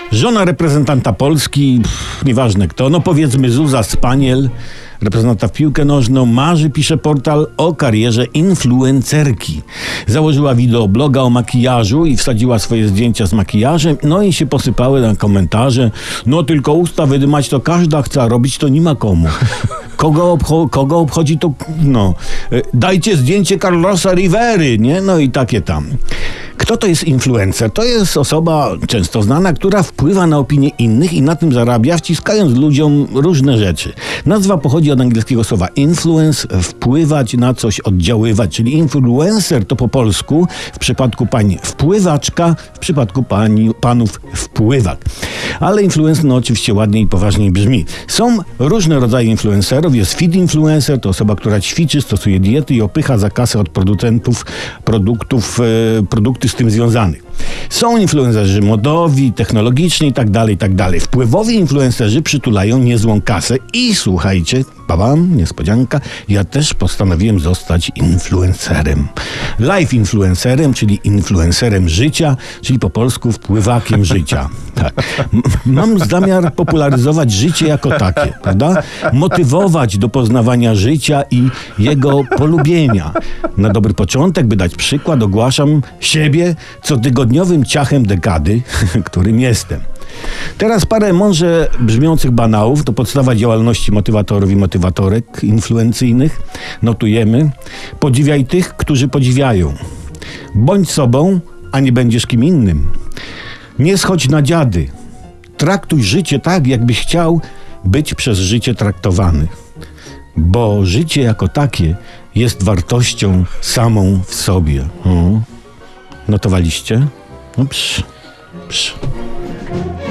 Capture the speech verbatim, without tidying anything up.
Żona reprezentanta Polski, pff, nieważne kto, no powiedzmy Zuza Spaniel, reprezentanta w piłkę nożną, marzy, pisze portal, o karierze influencerki. Założyła wideobloga o makijażu i wsadziła swoje zdjęcia z makijażem, no i się posypały na komentarze. No tylko usta wydymać to każda chce, a robić to nie ma komu. Kogo, obcho- kogo obchodzi to, no, dajcie zdjęcie Carlosa Rivery, nie? No i takie tam. Kto to jest influencer? To jest osoba często znana, która wpływa na opinię innych i na tym zarabia, wciskając ludziom różne rzeczy. Nazwa pochodzi od angielskiego słowa influence, wpływać na coś, oddziaływać, czyli influencer to po polsku, w przypadku pań wpływaczka, w przypadku pani, panów wpływak. Ale influencer no oczywiście ładniej i poważniej brzmi. Są różne rodzaje influencerów. Jest feed influencer, to osoba, która ćwiczy, stosuje diety i opycha za kasę od producentów produktów, e, produkty z tym związanych. Są influencerzy modowi, technologiczni i tak dalej, i tak dalej. Wpływowi influencerzy przytulają niezłą kasę i słuchajcie, babam, niespodzianka, ja też postanowiłem zostać influencerem. Life influencerem, czyli influencerem życia, czyli po polsku wpływakiem życia. Tak. M- mam zamiar popularyzować życie jako takie, prawda? Motywować do poznawania życia i jego polubienia. Na dobry początek, by dać przykład, ogłaszam siebie cotygodniowym ciachem dekady, którym jestem. Teraz parę mądrze brzmiących banałów to podstawa działalności motywatorów i motywatorek influencyjnych. Notujemy. Podziwiaj tych, którzy podziwiają. Bądź sobą, a nie będziesz kim innym. Nie schodź na dziady. Traktuj życie tak, jakbyś chciał być przez życie traktowany. Bo życie jako takie jest wartością samą w sobie. O. Notowaliście? No psz, psz.